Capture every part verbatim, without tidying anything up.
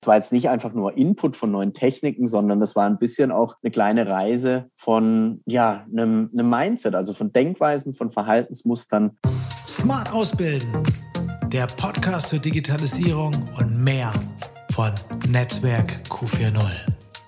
Es war jetzt nicht einfach nur Input von neuen Techniken, sondern das war ein bisschen auch eine kleine Reise von ja, einem, einem Mindset, also von Denkweisen, von Verhaltensmustern. Smart Ausbilden, der Podcast zur Digitalisierung und mehr von Netzwerk Q vierzig.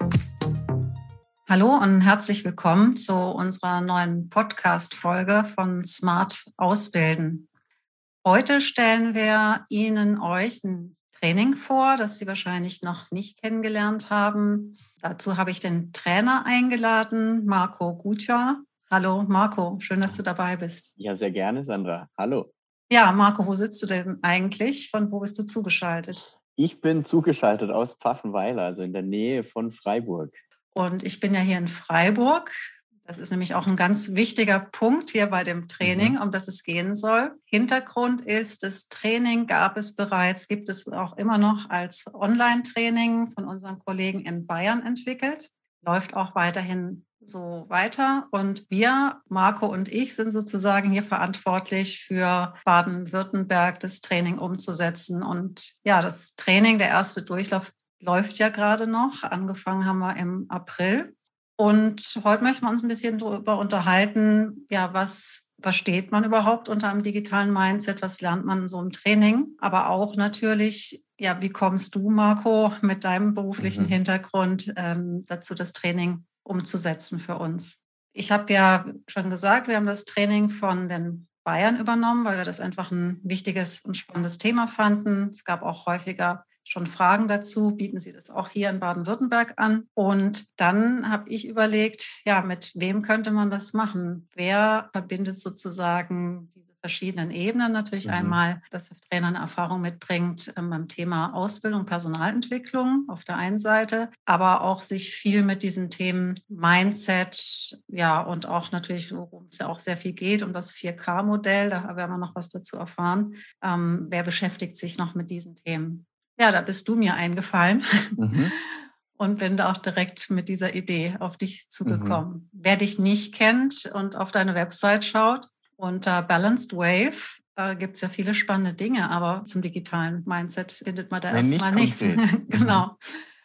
Hallo und herzlich willkommen zu unserer neuen Podcast-Folge von Smart Ausbilden. Heute stellen wir Ihnen euch ein Training vor, das Sie wahrscheinlich noch nicht kennengelernt haben. Dazu habe ich den Trainer eingeladen, Marco Gutjahr. Hallo Marco, schön, dass du dabei bist. Ja, sehr gerne, Sandra. Hallo. Ja, Marco, wo sitzt du denn eigentlich? Von wo bist du zugeschaltet? Ich bin zugeschaltet aus Pfaffenweiler, also in der Nähe von Freiburg. Und ich bin ja hier in Freiburg. Das ist nämlich auch ein ganz wichtiger Punkt hier bei dem Training, Mhm. um das es gehen soll. Hintergrund ist, das Training gab es bereits, gibt es auch immer noch als Online-Training von unseren Kollegen in Bayern entwickelt. Läuft auch weiterhin so weiter. Und wir, Marco und ich, sind sozusagen hier verantwortlich für Baden-Württemberg, das Training umzusetzen. Und ja, das Training, der erste Durchlauf läuft ja gerade noch. Angefangen haben wir im April. Und heute möchten wir uns ein bisschen darüber unterhalten, ja, was versteht man überhaupt unter einem digitalen Mindset, was lernt man in so einem Training, aber auch natürlich, ja, wie kommst du, Marco, mit deinem beruflichen Mhm. Hintergrund ähm, dazu, das Training umzusetzen für uns? Ich habe ja schon gesagt, wir haben das Training von den Bayern übernommen, weil wir das einfach ein wichtiges und spannendes Thema fanden. Es gab auch häufiger schon Fragen dazu, bieten Sie das auch hier in Baden-Württemberg an. Und dann habe ich überlegt, ja, mit wem könnte man das machen? Wer verbindet sozusagen diese verschiedenen Ebenen? Natürlich Mhm. einmal, dass der Trainer eine Erfahrung mitbringt ähm, beim Thema Ausbildung, Personalentwicklung auf der einen Seite, aber auch sich viel mit diesen Themen Mindset, ja, und auch natürlich, worum es ja auch sehr viel geht, um das vier K Modell, da werden wir noch was dazu erfahren. Ähm, wer beschäftigt sich noch mit diesen Themen? Ja, da bist du mir eingefallen Mhm. und bin da auch direkt mit dieser Idee auf dich Mhm. zugekommen. Wer dich nicht kennt und auf deine Website schaut, unter Balanced Wave äh, gibt es ja viele spannende Dinge, aber zum digitalen Mindset findet man da Nein, nicht erstmal nichts. konkret. Mhm. Genau.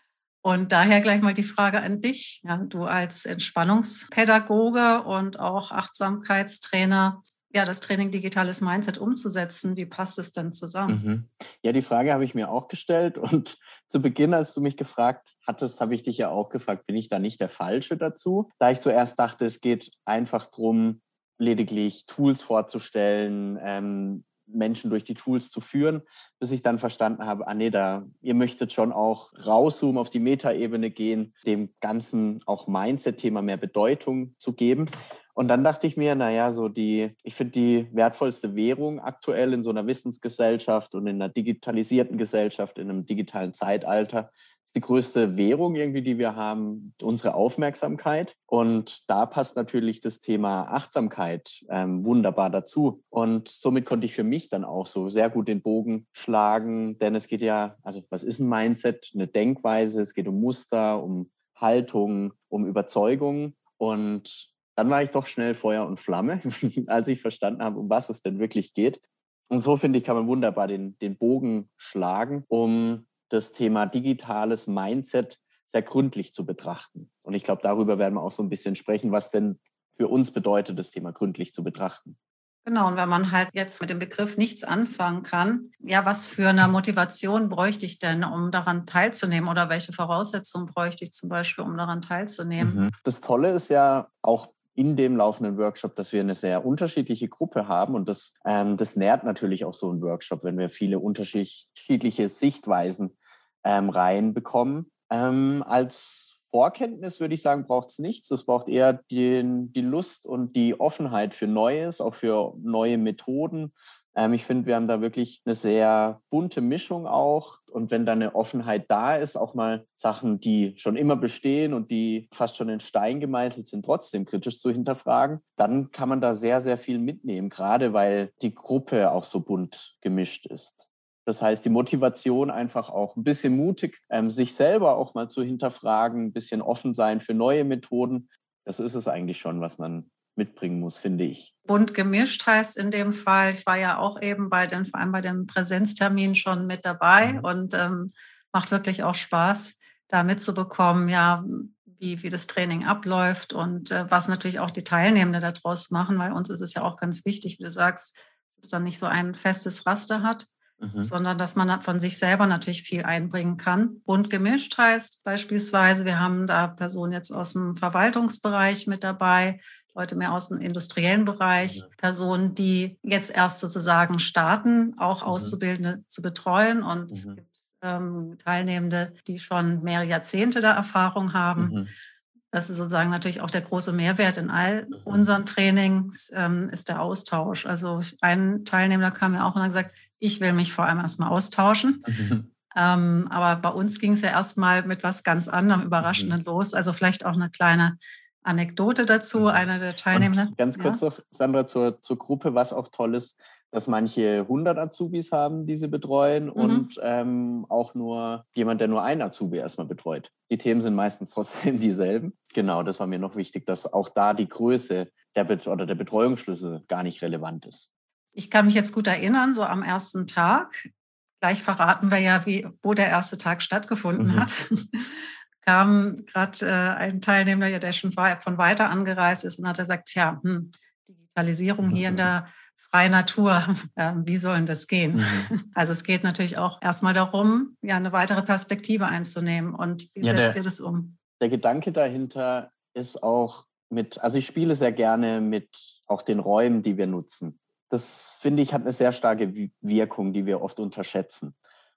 Und daher gleich mal die Frage an dich. Ja, du als Entspannungspädagoge und auch Achtsamkeitstrainer, ja, das Training Digitales Mindset umzusetzen, wie passt es denn zusammen? Mhm. Ja, die Frage habe ich mir auch gestellt und zu Beginn, als du mich gefragt hattest, habe ich dich ja auch gefragt, bin ich da nicht der Falsche dazu? Da ich zuerst dachte, es geht einfach darum, lediglich Tools vorzustellen, ähm, Menschen durch die Tools zu führen, bis ich dann verstanden habe, ah nee, da, ihr möchtet schon auch rauszoomen, auf die Metaebene gehen, dem ganzen auch Mindset-Thema mehr Bedeutung zu geben. Und dann dachte ich mir, naja, so die, ich finde die wertvollste Währung aktuell in so einer Wissensgesellschaft und in einer digitalisierten Gesellschaft, in einem digitalen Zeitalter, ist die größte Währung irgendwie, die wir haben, unsere Aufmerksamkeit. Und da passt natürlich das Thema Achtsamkeit ähm, wunderbar dazu. Und somit konnte ich für mich dann auch so sehr gut den Bogen schlagen, denn es geht ja, also was ist ein Mindset? Eine Denkweise, es geht um Muster, um Haltung, um Überzeugung. Und dann war ich doch schnell Feuer und Flamme, als ich verstanden habe, um was es denn wirklich geht. Und so, finde ich, kann man wunderbar den, den Bogen schlagen, um das Thema digitales Mindset sehr gründlich zu betrachten. Und ich glaube, darüber werden wir auch so ein bisschen sprechen, was denn für uns bedeutet, das Thema gründlich zu betrachten. Genau, und wenn man halt jetzt mit dem Begriff nichts anfangen kann, ja, was für eine Motivation bräuchte ich denn, um daran teilzunehmen? Oder welche Voraussetzungen bräuchte ich zum Beispiel, um daran teilzunehmen? Mhm. Das Tolle ist ja auch in dem laufenden Workshop, dass wir eine sehr unterschiedliche Gruppe haben. Und das, ähm, das nährt natürlich auch so einen Workshop, wenn wir viele unterschiedliche Sichtweisen ähm, reinbekommen. Ähm, als Vorkenntnis würde ich sagen, braucht es nichts. Es braucht eher den, die Lust und die Offenheit für Neues, auch für neue Methoden. Ähm, ich finde, wir haben da wirklich eine sehr bunte Mischung auch. Und wenn da eine Offenheit da ist, auch mal Sachen, die schon immer bestehen und die fast schon in Stein gemeißelt sind, trotzdem kritisch zu hinterfragen, dann kann man da sehr, sehr viel mitnehmen, gerade weil die Gruppe auch so bunt gemischt ist. Das heißt, die Motivation einfach auch ein bisschen mutig, ähm, sich selber auch mal zu hinterfragen, ein bisschen offen sein für neue Methoden. Das ist es eigentlich schon, was man mitbringen muss, finde ich. Bunt gemischt heißt in dem Fall, ich war ja auch eben bei den, vor allem bei den Präsenzterminen schon mit dabei. Mhm. Und ähm, macht wirklich auch Spaß, da mitzubekommen, ja, wie, wie das Training abläuft und äh, was natürlich auch die Teilnehmenden daraus machen, weil uns ist es ja auch ganz wichtig, wie du sagst, dass es dann nicht so ein festes Raster hat, Mhm. sondern dass man von sich selber natürlich viel einbringen kann. Bunt gemischt heißt beispielsweise, wir haben da Personen jetzt aus dem Verwaltungsbereich mit dabei, Leute mehr aus dem industriellen Bereich, Mhm. Personen, die jetzt erst sozusagen starten, auch Mhm. Auszubildende zu betreuen. Und es Mhm. gibt ähm, Teilnehmende, die schon mehrere Jahrzehnte der Erfahrung haben. Mhm. Das ist sozusagen natürlich auch der große Mehrwert in all Mhm. unseren Trainings, ähm, ist der Austausch. Also ein Teilnehmer kam ja auch und hat gesagt, ich will mich vor allem erstmal austauschen. Mhm. Ähm, aber bei uns ging es ja erstmal mit was ganz anderem, Überraschenden los. Also vielleicht auch eine kleine Anekdote dazu, Mhm. einer der Und Teilnehmenden. ganz Ja. kurz noch, Sandra, zur, zur Gruppe, was auch toll ist, dass manche hundert Azubis haben, die sie betreuen Mhm. und ähm, auch nur jemand, der nur einen Azubi erstmal betreut. Die Themen sind meistens trotzdem dieselben. Genau, das war mir noch wichtig, dass auch da die Größe der Bet- oder der Betreuungsschlüssel gar nicht relevant ist. Ich kann mich jetzt gut erinnern, so am ersten Tag, gleich verraten wir ja, wie, wo der erste Tag stattgefunden Mhm. hat, kam gerade äh, ein Teilnehmer, der schon von weiter angereist ist und hat gesagt, ja, hm, Digitalisierung hier in der freien Natur, äh, wie soll denn das gehen? Mhm. Also es geht natürlich auch erstmal darum, ja, eine weitere Perspektive einzunehmen. Und wie Ja, setzt der, ihr das um? der Gedanke dahinter ist auch mit, also ich spiele sehr gerne mit auch den Räumen, die wir nutzen. Das, finde ich, hat eine sehr starke Wirkung, die wir oft unterschätzen.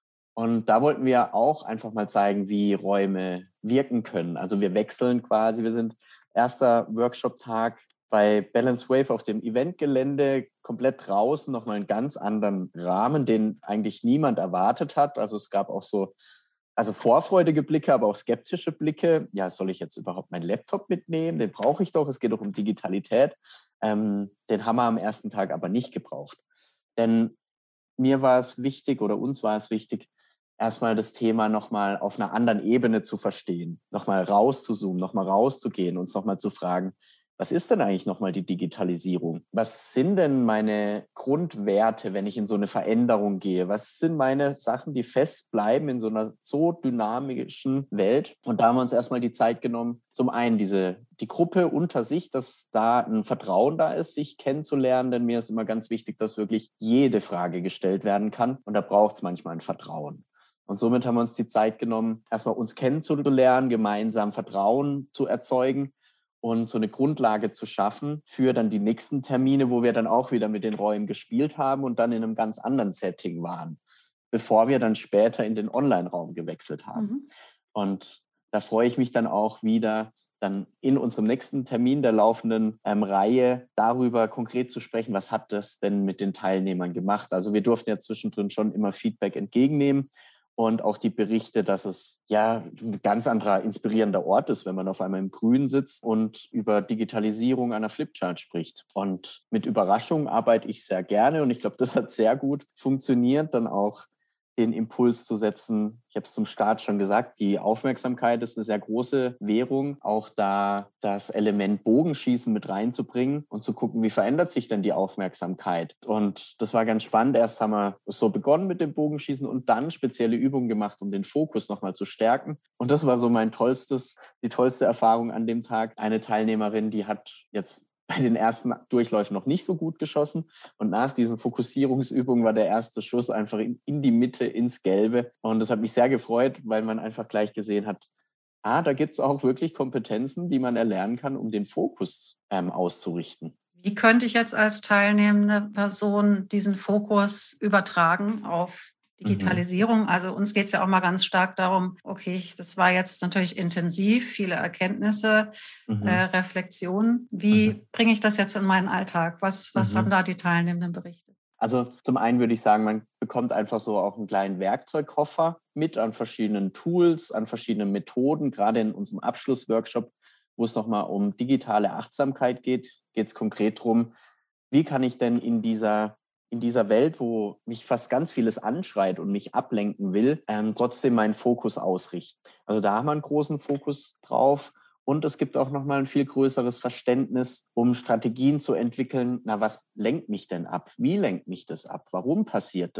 Und da wollten wir auch einfach mal zeigen, wie Räume wirken können. Also wir wechseln quasi, wir sind erster Workshop-Tag bei Balance Wave auf dem Eventgelände, komplett draußen, nochmal einen ganz anderen Rahmen, den eigentlich niemand erwartet hat. Also es gab auch so, also vorfreudige Blicke, aber auch skeptische Blicke. Ja, soll ich jetzt überhaupt meinen Laptop mitnehmen? Den brauche ich doch, es geht doch um Digitalität. Ähm, den haben wir am ersten Tag aber nicht gebraucht. Denn mir war es wichtig oder uns war es wichtig, erstmal das Thema nochmal auf einer anderen Ebene zu verstehen, nochmal rauszuzoomen, nochmal rauszugehen, uns nochmal zu fragen, was ist denn eigentlich nochmal die Digitalisierung? Was sind denn meine Grundwerte, wenn ich in so eine Veränderung gehe? Was sind meine Sachen, die fest bleiben in so einer so dynamischen Welt? Und da haben wir uns erstmal die Zeit genommen, zum einen diese, die Gruppe unter sich, dass da ein Vertrauen da ist, sich kennenzulernen, denn mir ist immer ganz wichtig, dass wirklich jede Frage gestellt werden kann und da braucht es manchmal ein Vertrauen. Und somit haben wir uns die Zeit genommen, erstmal uns kennenzulernen, gemeinsam Vertrauen zu erzeugen und so eine Grundlage zu schaffen für dann die nächsten Termine, wo wir dann auch wieder mit den Räumen gespielt haben und dann in einem ganz anderen Setting waren, bevor wir dann später in den Online-Raum gewechselt haben. Mhm. Und da freue ich mich dann auch wieder, dann in unserem nächsten Termin der laufenden ähm, Reihe darüber konkret zu sprechen, was hat das denn mit den Teilnehmern gemacht. Also wir durften ja zwischendrin schon immer Feedback entgegennehmen und auch die Berichte, dass es ja ein ganz anderer inspirierender Ort ist, wenn man auf einmal im Grün sitzt und über Digitalisierung einer Flipchart spricht. Und mit Überraschungen arbeite ich sehr gerne und ich glaube, das hat sehr gut funktioniert, dann auch den Impuls zu setzen. Ich habe es zum Start schon gesagt, die Aufmerksamkeit ist eine sehr große Währung. Auch da das Element Bogenschießen mit reinzubringen und zu gucken, wie verändert sich denn die Aufmerksamkeit. Und das war ganz spannend. Erst haben wir so begonnen mit dem Bogenschießen und dann spezielle Übungen gemacht, um den Fokus nochmal zu stärken. Und das war so mein tollstes, die tollste Erfahrung an dem Tag. Eine Teilnehmerin, die hat jetzt bei den ersten Durchläufen noch nicht so gut geschossen. Und nach diesen Fokussierungsübungen war der erste Schuss einfach in, in die Mitte, ins Gelbe. Und das hat mich sehr gefreut, weil man einfach gleich gesehen hat, ah, da gibt es auch wirklich Kompetenzen, die man erlernen kann, um den Fokus ähm, auszurichten. Wie könnte ich jetzt als teilnehmende Person diesen Fokus übertragen auf Digitalisierung? Mhm. Also uns geht es ja auch mal ganz stark darum, okay, ich, das war jetzt natürlich intensiv, viele Erkenntnisse, mhm. äh, Reflexionen. Wie mhm. bringe ich das jetzt in meinen Alltag? Was, was mhm. haben da die Teilnehmenden berichtet? Also zum einen würde ich sagen, man bekommt einfach so auch einen kleinen Werkzeugkoffer mit an verschiedenen Tools, an verschiedenen Methoden. Gerade in unserem Abschlussworkshop, wo es nochmal um digitale Achtsamkeit geht, geht es konkret darum, wie kann ich denn in dieser, in dieser Welt, wo mich fast ganz vieles anschreit und mich ablenken will, ähm, trotzdem meinen Fokus ausrichten. Also da haben wir einen großen Fokus drauf. Und es gibt auch nochmal ein viel größeres Verständnis, um Strategien zu entwickeln. Na, was lenkt mich denn ab? Wie lenkt mich das ab? Warum passiert das?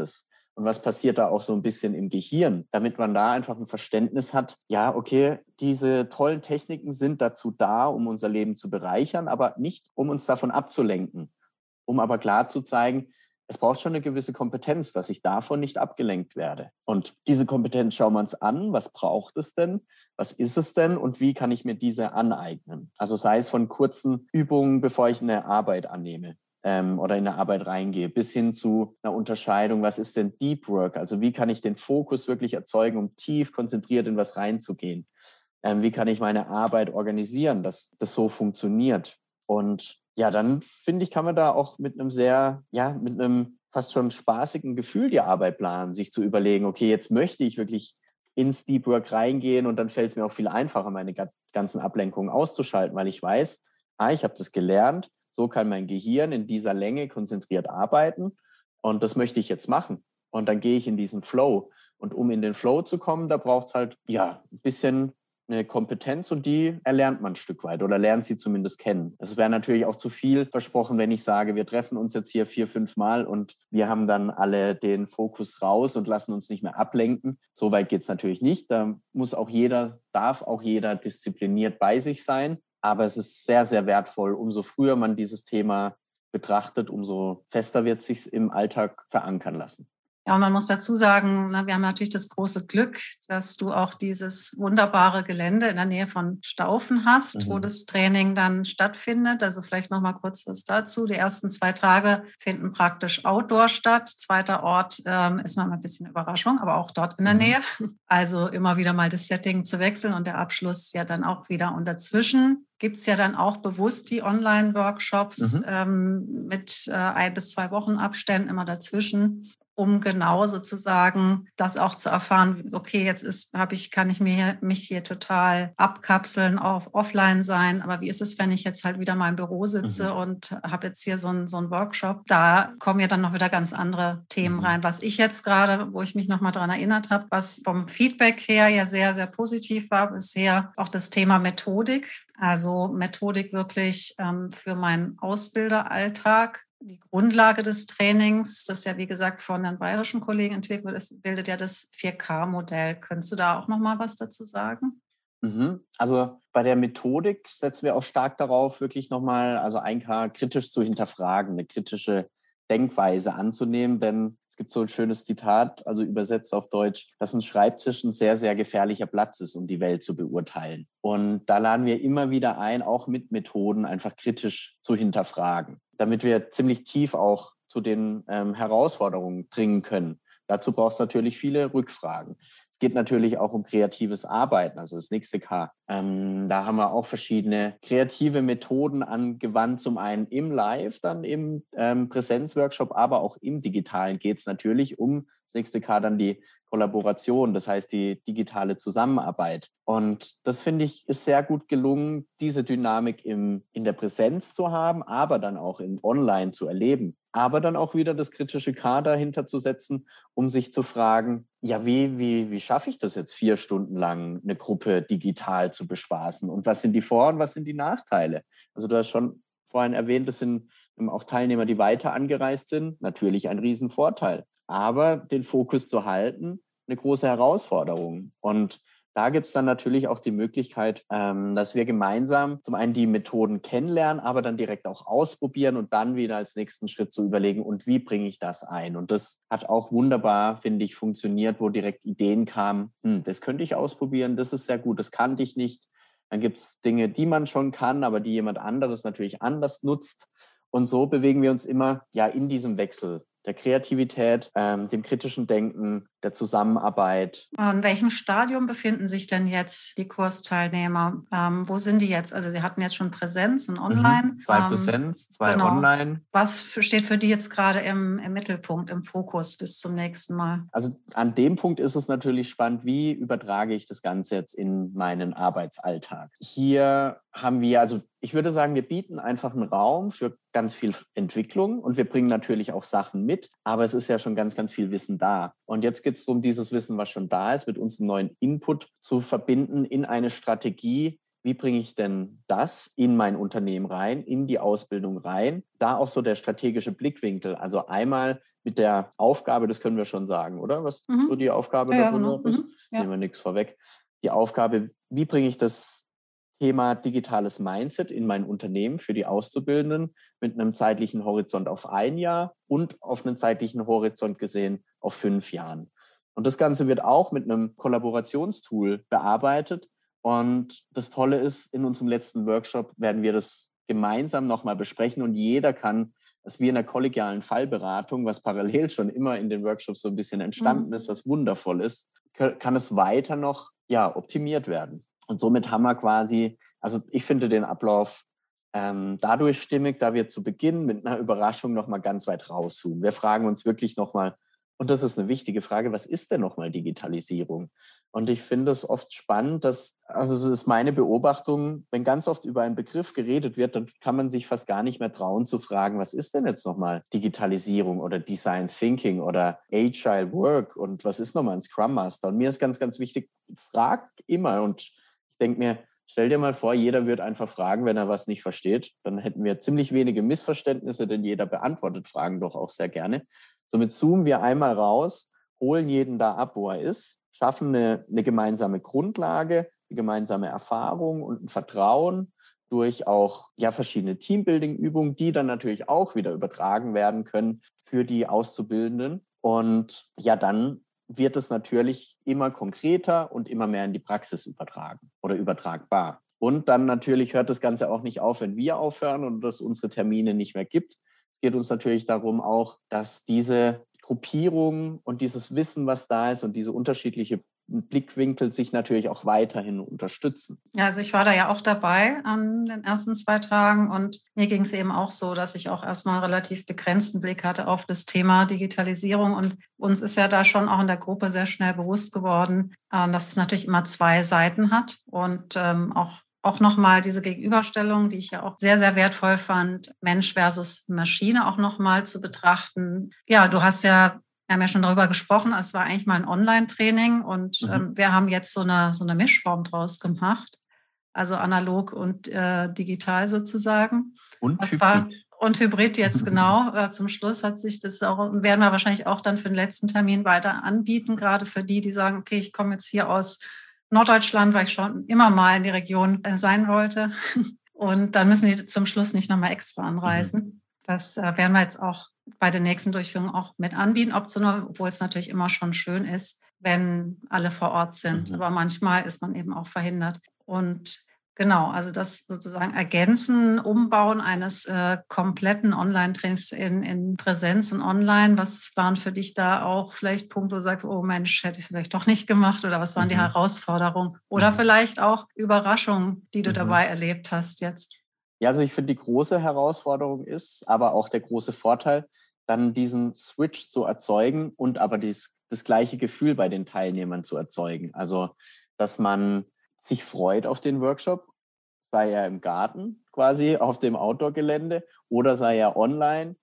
und was passiert da auch so ein bisschen im Gehirn, damit man da einfach ein Verständnis hat, ja, okay, diese tollen Techniken sind dazu da, um unser Leben zu bereichern, aber nicht, um uns davon abzulenken, um aber klar zu zeigen, es braucht schon eine gewisse Kompetenz, dass ich davon nicht abgelenkt werde. Und diese Kompetenz schauen wir uns an. Was braucht es denn? Was ist es denn? Und wie kann ich mir diese aneignen? Also sei es von kurzen Übungen, bevor ich eine Arbeit annehme ähm, oder in eine Arbeit reingehe, bis hin zu einer Unterscheidung, was ist denn Deep Work? Also wie kann ich den Fokus wirklich erzeugen, um tief konzentriert in was reinzugehen? Ähm, wie kann ich meine Arbeit organisieren, dass das so funktioniert? Und ja, dann finde ich, kann man da auch mit einem sehr, ja, mit einem fast schon spaßigen Gefühl die Arbeit planen, sich zu überlegen, okay, jetzt möchte ich wirklich ins Deep Work reingehen und dann fällt es mir auch viel einfacher, meine ganzen Ablenkungen auszuschalten, weil ich weiß, ah, ich habe das gelernt, so kann mein Gehirn in dieser Länge konzentriert arbeiten und das möchte ich jetzt machen. Und dann gehe ich in diesen Flow. Und um in den Flow zu kommen, da braucht es halt, ja, ein bisschen eine Kompetenz und die erlernt man ein Stück weit oder lernt sie zumindest kennen. Es wäre natürlich auch zu viel versprochen, wenn ich sage, wir treffen uns jetzt hier vier, fünf Mal und wir haben dann alle den Fokus raus und lassen uns nicht mehr ablenken. So weit geht es natürlich nicht. Da muss auch jeder, darf auch jeder diszipliniert bei sich sein. Aber es ist sehr, sehr wertvoll. Umso früher man dieses Thema betrachtet, umso fester wird es sich im Alltag verankern lassen. Ja, und man muss dazu sagen, na, wir haben natürlich das große Glück, dass du auch dieses wunderbare Gelände in der Nähe von Staufen hast, mhm. wo das Training dann stattfindet. Also vielleicht noch mal kurz was dazu. Die ersten zwei Tage finden praktisch Outdoor statt. Zweiter Ort ähm, ist mal ein bisschen Überraschung, aber auch dort in der mhm. Nähe. Also immer wieder mal das Setting zu wechseln und der Abschluss ja dann auch wieder. Und dazwischen gibt es ja dann auch bewusst die Online-Workshops mhm. ähm, mit äh, ein bis zwei Wochen Abständen immer dazwischen, um genau sozusagen das auch zu erfahren, okay, jetzt ist, habe ich, kann ich mir hier, mich hier total abkapseln, auf offline sein, aber wie ist es, wenn ich jetzt halt wieder mal im Büro sitze mhm. und habe jetzt hier so einen so einen Workshop, da kommen ja dann noch wieder ganz andere Themen mhm. rein. Was ich jetzt gerade, wo ich mich nochmal dran erinnert habe, was vom Feedback her ja sehr, sehr positiv war bisher, auch das Thema Methodik, also Methodik wirklich ähm, für meinen Ausbilderalltag. Die Grundlage des Trainings, das ja wie gesagt von den bayerischen Kollegen entwickelt wird, ist, bildet ja das vier K Modell. Könntest du da auch noch mal was dazu sagen? Mhm. Also bei der Methodik setzen wir auch stark darauf, wirklich nochmal, also eins K kritisch zu hinterfragen, eine kritische Denkweise anzunehmen, denn es gibt so ein schönes Zitat, also übersetzt auf Deutsch, dass ein Schreibtisch ein sehr, sehr gefährlicher Platz ist, um die Welt zu beurteilen. Und da laden wir immer wieder ein, auch mit Methoden einfach kritisch zu hinterfragen, damit wir ziemlich tief auch zu den ähm, Herausforderungen dringen können. Dazu braucht es natürlich viele Rückfragen. Es geht natürlich auch um kreatives Arbeiten, also das nächste K. Ähm, da haben wir auch verschiedene kreative Methoden angewandt, zum einen im Live, dann im ähm, Präsenzworkshop, aber auch im Digitalen geht es natürlich um das nächste K, dann die Kollaboration, das heißt die digitale Zusammenarbeit. Und das, finde ich, ist sehr gut gelungen, diese Dynamik im, in der Präsenz zu haben, aber dann auch im Online zu erleben. Aber dann auch wieder das kritische K dahinter zu setzen, um sich zu fragen, ja, wie, wie, wie schaffe ich das jetzt vier Stunden lang, eine Gruppe digital zu bespaßen? Und was sind die Vor- und was sind die Nachteile? Also du hast schon vorhin erwähnt, das sind auch Teilnehmer, die weiter angereist sind, natürlich ein Riesenvorteil. Aber den Fokus zu halten, eine große Herausforderung. Und da gibt es dann natürlich auch die Möglichkeit, ähm, dass wir gemeinsam zum einen die Methoden kennenlernen, aber dann direkt auch ausprobieren und dann wieder als nächsten Schritt zu überlegen, und wie bringe ich das ein? Und das hat auch wunderbar, finde ich, funktioniert, wo direkt Ideen kamen, hm, das könnte ich ausprobieren, das ist sehr gut, das kannte ich nicht. Dann gibt es Dinge, die man schon kann, aber die jemand anderes natürlich anders nutzt. Und so bewegen wir uns immer ja in diesem Wechsel der Kreativität, ähm, dem kritischen Denken, der Zusammenarbeit. In welchem Stadium befinden sich denn jetzt die Kursteilnehmer? Ähm, wo sind die jetzt? Also Sie hatten jetzt schon Präsenz und Online. Mhm. Zwei ähm, Präsenz, zwei genau. Online. Was steht für die jetzt gerade im, im Mittelpunkt, im Fokus bis zum nächsten Mal? Also an dem Punkt ist es natürlich spannend, wie übertrage ich das Ganze jetzt in meinen Arbeitsalltag? Hier haben wir, also ich würde sagen, wir bieten einfach einen Raum für ganz viel Entwicklung und wir bringen natürlich auch Sachen mit, aber es ist ja schon ganz, ganz viel Wissen da. Und jetzt geht es darum, dieses Wissen, was schon da ist, mit unserem neuen Input zu verbinden in eine Strategie, wie bringe ich denn das in mein Unternehmen rein, in die Ausbildung rein? Da auch so der strategische Blickwinkel. Also einmal mit der Aufgabe, das können wir schon sagen, oder? Was Mhm. so die Aufgabe Ja, ja, darüber genau. ist? Mhm. Ja. Nehmen wir nichts vorweg. Die Aufgabe, wie bringe ich das Thema digitales Mindset in mein Unternehmen für die Auszubildenden mit einem zeitlichen Horizont auf ein Jahr und auf einen zeitlichen Horizont gesehen auf fünf Jahren. Und das Ganze wird auch mit einem Kollaborationstool bearbeitet. Und das Tolle ist, in unserem letzten Workshop werden wir das gemeinsam nochmal besprechen und jeder kann, das wie in einer kollegialen Fallberatung, was parallel schon immer in den Workshops so ein bisschen entstanden Mhm. ist, was wundervoll ist, kann es weiter noch ja, optimiert werden. Und somit haben wir quasi, also ich finde den Ablauf ähm, dadurch stimmig, da wir zu Beginn mit einer Überraschung nochmal ganz weit rauszoomen. Wir fragen uns wirklich nochmal, und das ist eine wichtige Frage, was ist denn nochmal Digitalisierung? Und ich finde es oft spannend, dass, also das ist meine Beobachtung, wenn ganz oft über einen Begriff geredet wird, dann kann man sich fast gar nicht mehr trauen zu fragen, was ist denn jetzt nochmal Digitalisierung oder Design Thinking oder Agile Work und was ist nochmal ein Scrum Master? Und mir ist ganz, ganz wichtig, frag immer und ich denke mir, stell dir mal vor, jeder wird einfach fragen, wenn er was nicht versteht. Dann hätten wir ziemlich wenige Missverständnisse, denn jeder beantwortet Fragen doch auch sehr gerne. Somit zoomen wir einmal raus, holen jeden da ab, wo er ist, schaffen eine, eine gemeinsame Grundlage, eine gemeinsame Erfahrung und ein Vertrauen durch auch ja, verschiedene Teambuilding-Übungen, die dann natürlich auch wieder übertragen werden können für die Auszubildenden. Und ja, dann wird es natürlich immer konkreter und immer mehr in die Praxis übertragen oder übertragbar. Und dann natürlich hört das Ganze auch nicht auf, wenn wir aufhören und es unsere Termine nicht mehr gibt. Es geht uns natürlich darum auch, dass diese Gruppierung und dieses Wissen, was da ist und diese unterschiedliche Blickwinkel sich natürlich auch weiterhin unterstützen. Ja, also ich war da ja auch dabei an den ersten zwei Tagen und mir ging es eben auch so, dass ich auch erstmal relativ begrenzten Blick hatte auf das Thema Digitalisierung und uns ist ja da schon auch in der Gruppe sehr schnell bewusst geworden, dass es natürlich immer zwei Seiten hat und ähm, auch Auch nochmal diese Gegenüberstellung, die ich ja auch sehr, sehr wertvoll fand, Mensch versus Maschine auch nochmal zu betrachten. Ja, du hast ja, wir haben ja schon darüber gesprochen, es war eigentlich mal ein Online-Training und mhm. ähm, wir haben jetzt so eine, so eine Mischform draus gemacht, also analog und äh, digital sozusagen. Und das Hybrid. War, und Hybrid jetzt genau. äh, zum Schluss hat sich das auch, werden wir wahrscheinlich auch dann für den letzten Termin weiter anbieten, gerade für die, die sagen, okay, ich komme jetzt hier aus Norddeutschland, weil ich schon immer mal in die Region sein wollte. Und dann müssen die zum Schluss nicht nochmal extra anreisen. Mhm. Das äh, werden wir jetzt auch bei den nächsten Durchführungen auch mit anbieten, optional, obwohl es natürlich immer schon schön ist, wenn alle vor Ort sind. Mhm. Aber manchmal ist man eben auch verhindert. Und genau, also das sozusagen Ergänzen, Umbauen eines äh, kompletten Online-Trainings in, in Präsenz und Online. Was waren für dich da auch vielleicht Punkte, wo du sagst, oh Mensch, hätte ich es vielleicht doch nicht gemacht oder was waren mhm. die Herausforderungen? Oder mhm. vielleicht auch Überraschungen, die du mhm. dabei erlebt hast jetzt? Ja, also ich finde, die große Herausforderung ist, aber auch der große Vorteil, dann diesen Switch zu erzeugen und aber dies, das gleiche Gefühl bei den Teilnehmern zu erzeugen. Also, dass man sich freut auf den Workshop, sei er im Garten quasi auf dem Outdoor-Gelände oder sei er online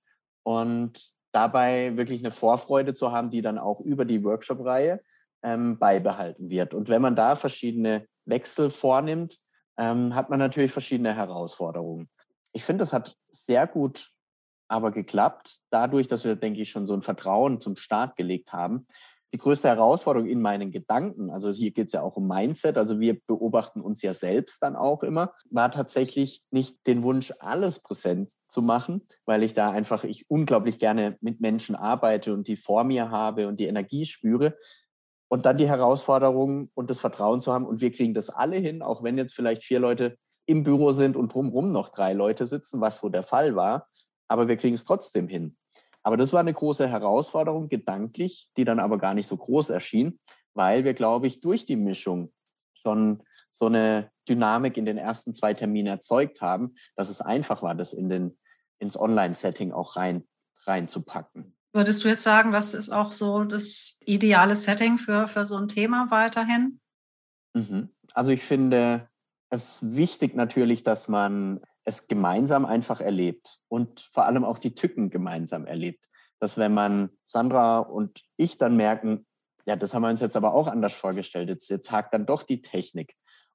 und dabei wirklich eine Vorfreude zu haben, die dann auch über die Workshop-Reihe ähm, beibehalten wird. Und wenn man da verschiedene Wechsel vornimmt, ähm, hat man natürlich verschiedene Herausforderungen. Ich finde, das hat sehr gut aber geklappt, dadurch, dass wir, denke ich, schon so ein Vertrauen zum Start gelegt haben. Die größte Herausforderung in meinen Gedanken, also hier geht es ja auch um Mindset, also wir beobachten uns ja selbst dann auch immer, war tatsächlich nicht den Wunsch, alles präsent zu machen, weil ich da einfach, ich unglaublich gerne mit Menschen arbeite und die vor mir habe und die Energie spüre. Und dann die Herausforderung und das Vertrauen zu haben und wir kriegen das alle hin, auch wenn jetzt vielleicht vier Leute im Büro sind und drumherum noch drei Leute sitzen, was so der Fall war, aber wir kriegen es trotzdem hin. Aber das war eine große Herausforderung, gedanklich, die dann aber gar nicht so groß erschien, weil wir, glaube ich, durch die Mischung schon so eine Dynamik in den ersten zwei Terminen erzeugt haben, dass es einfach war, das in den, ins Online-Setting auch rein, reinzupacken. Würdest du jetzt sagen, das ist auch so das ideale Setting für, für so ein Thema weiterhin? Mhm. Also ich finde es wichtig natürlich, dass man es gemeinsam einfach erlebt und vor allem auch die Tücken gemeinsam erlebt. Dass wenn man, Sandra und ich dann merken, ja, das haben wir uns jetzt aber auch anders vorgestellt, jetzt, jetzt hakt dann doch die Technik.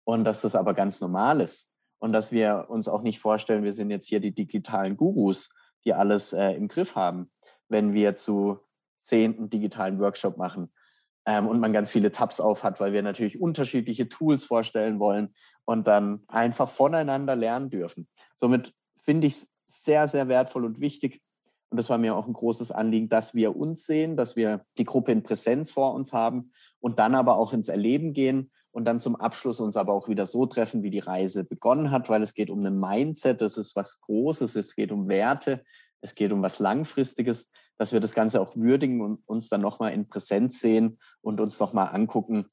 und dass das aber ganz normal ist und dass wir uns auch nicht vorstellen, wir sind jetzt hier die digitalen Gurus, die alles äh, im Griff haben, wenn wir zu zehnten digitalen Workshop machen ähm, und man ganz viele Tabs auf hat, weil wir natürlich unterschiedliche Tools vorstellen wollen und dann einfach voneinander lernen dürfen. Somit finde ich es sehr, sehr wertvoll und wichtig. Und das war mir auch ein großes Anliegen, dass wir uns sehen, dass wir die Gruppe in Präsenz vor uns haben und dann aber auch ins Erleben gehen und dann zum Abschluss uns aber auch wieder so treffen, wie die Reise begonnen hat, weil es geht um ein Mindset, das ist was Großes, es geht um Werte, es geht um was Langfristiges, dass wir das Ganze auch würdigen und uns dann nochmal in Präsenz sehen und uns nochmal angucken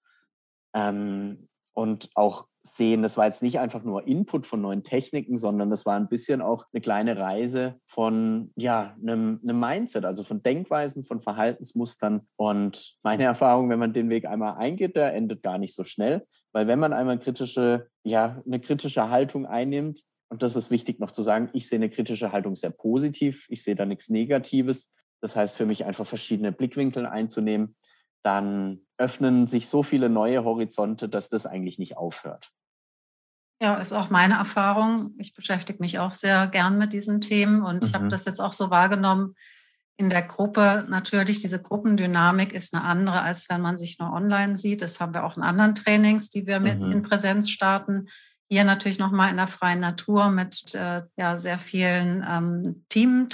ähm, und auch sehen, das war jetzt nicht einfach nur Input von neuen Techniken, sondern das war ein bisschen auch eine kleine Reise von ja, einem, einem Mindset, also von Denkweisen, von Verhaltensmustern. Und meine Erfahrung, wenn man den Weg einmal eingeht, der endet gar nicht so schnell, weil wenn man einmal kritische, ja, eine kritische Haltung einnimmt, und das ist wichtig noch zu sagen, ich sehe eine kritische Haltung sehr positiv, ich sehe da nichts Negatives. Das heißt für mich einfach verschiedene Blickwinkel einzunehmen, dann öffnen sich so viele neue Horizonte, dass das eigentlich nicht aufhört. Ja, ist auch meine Erfahrung. Ich beschäftige mich auch sehr gern mit diesen Themen und ich habe Mhm. das jetzt auch so wahrgenommen in der Gruppe. Natürlich, diese Gruppendynamik ist eine andere, als wenn man sich nur online sieht. Das haben wir auch in anderen Trainings, die wir mit Mhm. in Präsenz starten. Hier natürlich nochmal in der freien Natur mit äh, ja, sehr vielen ähm,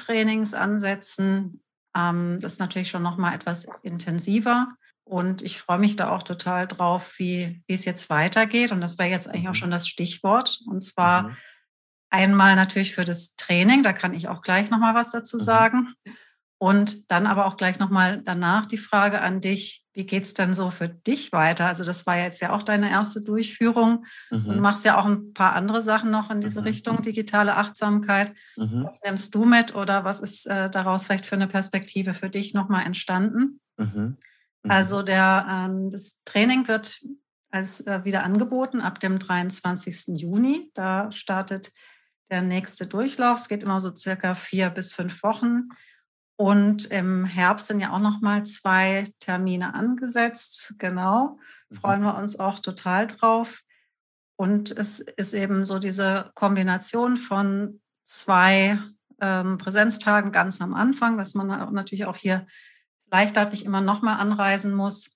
Teamtrainingsansätzen. Ähm, das ist natürlich schon nochmal etwas intensiver. Und ich freue mich da auch total drauf, wie, wie es jetzt weitergeht. Und das wäre jetzt eigentlich auch Mhm. schon das Stichwort. Und zwar Mhm. einmal natürlich für das Training, da kann ich auch gleich nochmal was dazu Mhm. sagen. Und dann aber auch gleich nochmal danach die Frage an dich, wie geht es denn so für dich weiter? Also das war jetzt ja auch deine erste Durchführung und du Mhm. machst ja auch ein paar andere Sachen noch in diese Mhm. Richtung, digitale Achtsamkeit. Mhm. Was nimmst du mit oder was ist äh, daraus vielleicht für eine Perspektive für dich nochmal entstanden? Mhm. Mhm. Also der, ähm, das Training wird als äh, wieder angeboten ab dem dreiundzwanzigsten Juni. Da startet der nächste Durchlauf. Es geht immer so circa vier bis fünf Wochen. Und im Herbst sind ja auch noch mal zwei Termine angesetzt. Genau, Mhm. freuen wir uns auch total drauf. Und es ist eben so diese Kombination von zwei ähm, Präsenztagen ganz am Anfang, dass man auch natürlich auch hier leichtatmig immer noch mal anreisen muss.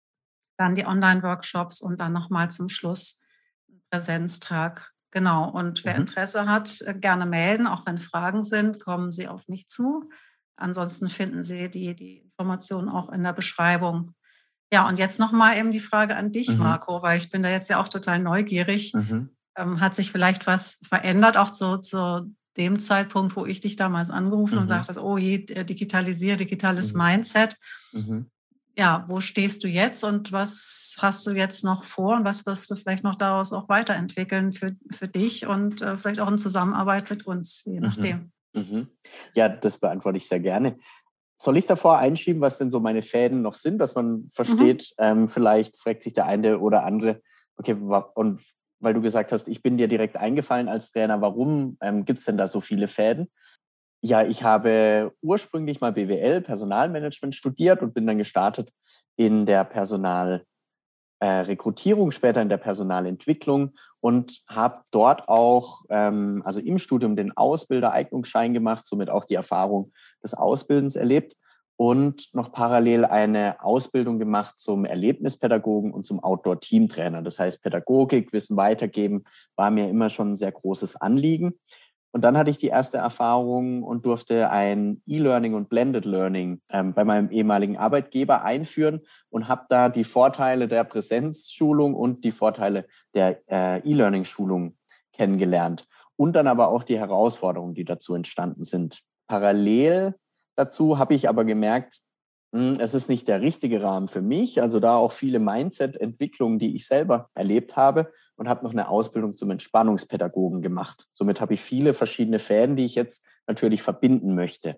Dann die Online-Workshops und dann noch mal zum Schluss 'n Präsenztag. Genau, und wer Mhm. Interesse hat, äh, gerne melden. Auch wenn Fragen sind, kommen Sie auf mich zu. Ansonsten finden Sie die die Informationen auch in der Beschreibung. Ja, und jetzt noch mal eben die Frage an dich, Mhm. Marco, weil ich bin da jetzt ja auch total neugierig. Mhm. Ähm, hat sich vielleicht was verändert, auch zu zu dem Zeitpunkt, wo ich dich damals angerufen und Mhm. sagtest: „Oh je, äh, digitalisier digitales Mhm. Mindset.“ Mhm. Ja, wo stehst du jetzt und was hast du jetzt noch vor und was wirst du vielleicht noch daraus auch weiterentwickeln für für dich und, äh, vielleicht auch in Zusammenarbeit mit uns, je Mhm. nachdem? Mhm. Ja, das beantworte ich sehr gerne. Soll ich davor einschieben, was denn so meine Fäden noch sind, dass man Mhm. versteht, ähm, vielleicht fragt sich der eine oder andere, okay, wa und weil du gesagt hast, ich bin dir direkt eingefallen als Trainer, warum, ähm, gibt's denn da so viele Fäden? Ja, ich habe ursprünglich mal B W L, Personalmanagement studiert und bin dann gestartet in der Personal äh, Rekrutierung, später in der Personalentwicklung und habe dort auch, ähm, also im Studium den Ausbildereignungsschein gemacht, somit auch die Erfahrung des Ausbildens erlebt und noch parallel eine Ausbildung gemacht zum Erlebnispädagogen und zum Outdoor-Teamtrainer. Das heißt, Pädagogik, Wissen weitergeben, war mir immer schon ein sehr großes Anliegen. Und dann hatte ich die erste Erfahrung und durfte ein E-Learning und Blended Learning ähm, bei meinem ehemaligen Arbeitgeber einführen und habe da die Vorteile der Präsenzschulung und die Vorteile der äh, E-Learning-Schulung kennengelernt. Und dann aber auch die Herausforderungen, die dazu entstanden sind. Parallel dazu habe ich aber gemerkt, mh, es ist nicht der richtige Rahmen für mich. Also da auch viele Mindset-Entwicklungen, die ich selber erlebt habe, und habe noch eine Ausbildung zum Entspannungspädagogen gemacht. Somit habe ich viele verschiedene Fäden, die ich jetzt natürlich verbinden möchte.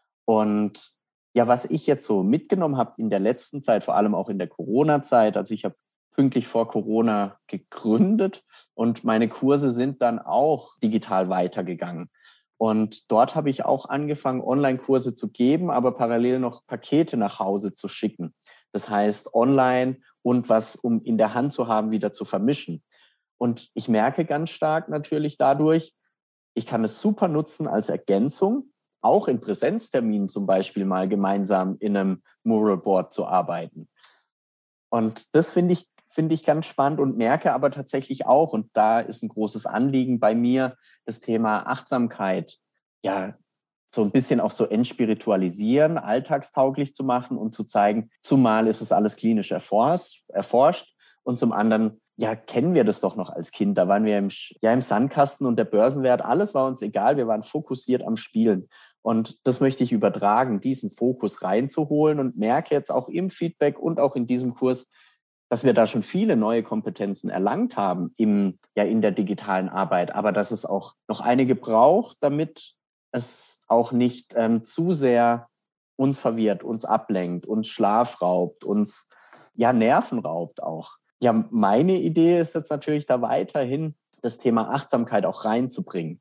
Und ja, was ich jetzt so mitgenommen habe in der letzten Zeit, vor allem auch in der Corona-Zeit, also ich habe pünktlich vor Corona gegründet und meine Kurse sind dann auch digital weitergegangen. Und dort habe ich auch angefangen, Online-Kurse zu geben, aber parallel noch Pakete nach Hause zu schicken. Das heißt, online und was, um in der Hand zu haben, wieder zu vermischen. Und ich merke ganz stark natürlich dadurch, ich kann es super nutzen als Ergänzung, auch in Präsenzterminen zum Beispiel mal gemeinsam in einem Muralboard zu arbeiten. Und das finde ich, finde ich ganz spannend und merke aber tatsächlich auch, und da ist ein großes Anliegen bei mir, das Thema Achtsamkeit, ja, so ein bisschen auch so entspiritualisieren, alltagstauglich zu machen und zu zeigen, zumal ist es alles klinisch erforscht, erforscht und zum anderen, ja, kennen wir das doch noch als Kind. Da waren wir im, ja, im Sandkasten und der Börsenwert, alles war uns egal, wir waren fokussiert am Spielen. Und das möchte ich übertragen, diesen Fokus reinzuholen und merke jetzt auch im Feedback und auch in diesem Kurs, dass wir da schon viele neue Kompetenzen erlangt haben im, ja, in der digitalen Arbeit, aber dass es auch noch einige braucht, damit es auch nicht ähm, zu sehr uns verwirrt, uns ablenkt, uns Schlaf raubt, uns ja Nerven raubt auch. Ja, meine Idee ist jetzt natürlich da weiterhin das Thema Achtsamkeit auch reinzubringen.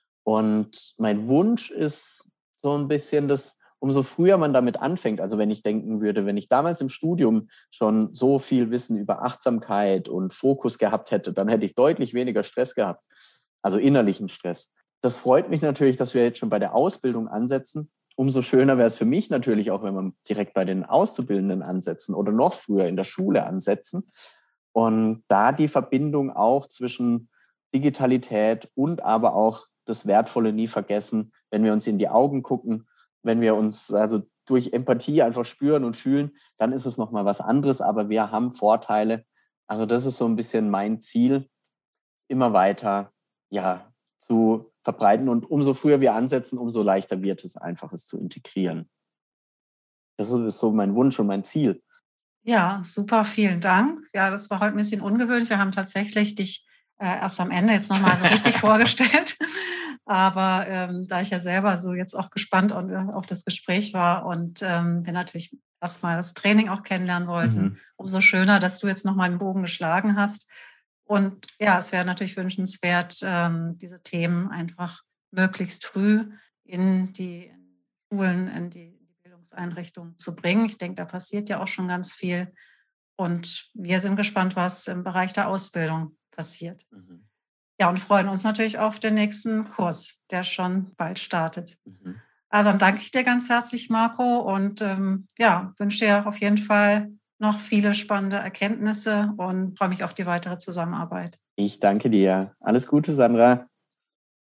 Und mein Wunsch ist so ein bisschen, dass umso früher man damit anfängt, also wenn ich denken würde, wenn ich damals im Studium schon so viel Wissen über Achtsamkeit und Fokus gehabt hätte, dann hätte ich deutlich weniger Stress gehabt, also innerlichen Stress. Das freut mich natürlich, dass wir jetzt schon bei der Ausbildung ansetzen. Umso schöner wäre es für mich natürlich auch, wenn wir direkt bei den Auszubildenden ansetzen oder noch früher in der Schule ansetzen. Und da die Verbindung auch zwischen Digitalität und aber auch das Wertvolle nie vergessen, wenn wir uns in die Augen gucken, wenn wir uns also durch Empathie einfach spüren und fühlen, dann ist es nochmal was anderes, aber wir haben Vorteile. Also das ist so ein bisschen mein Ziel, immer weiter, ja, zu verbreiten. Und umso früher wir ansetzen, umso leichter wird es einfach, es zu integrieren. Das ist so mein Wunsch und mein Ziel. Ja, super, vielen Dank. Ja, das war heute ein bisschen ungewöhnlich. Wir haben tatsächlich dich äh, erst am Ende jetzt nochmal so richtig vorgestellt. Aber ähm, da ich ja selber so jetzt auch gespannt auf, auf das Gespräch war und ähm, wir natürlich erstmal das Training auch kennenlernen wollten, Mhm. umso schöner, dass du jetzt nochmal einen Bogen geschlagen hast. Und ja, es wäre natürlich wünschenswert, ähm, diese Themen einfach möglichst früh in die Schulen, in die Bildungseinrichtungen zu bringen. Ich denke, da passiert ja auch schon ganz viel. Und wir sind gespannt, was im Bereich der Ausbildung passiert. Mhm. Ja, und freuen uns natürlich auf den nächsten Kurs, der schon bald startet. Mhm. Also dann danke ich dir ganz herzlich, Marco, und ähm, ja, wünsche dir auf jeden Fall noch viele spannende Erkenntnisse und freue mich auf die weitere Zusammenarbeit. Ich danke dir. Alles Gute, Sandra.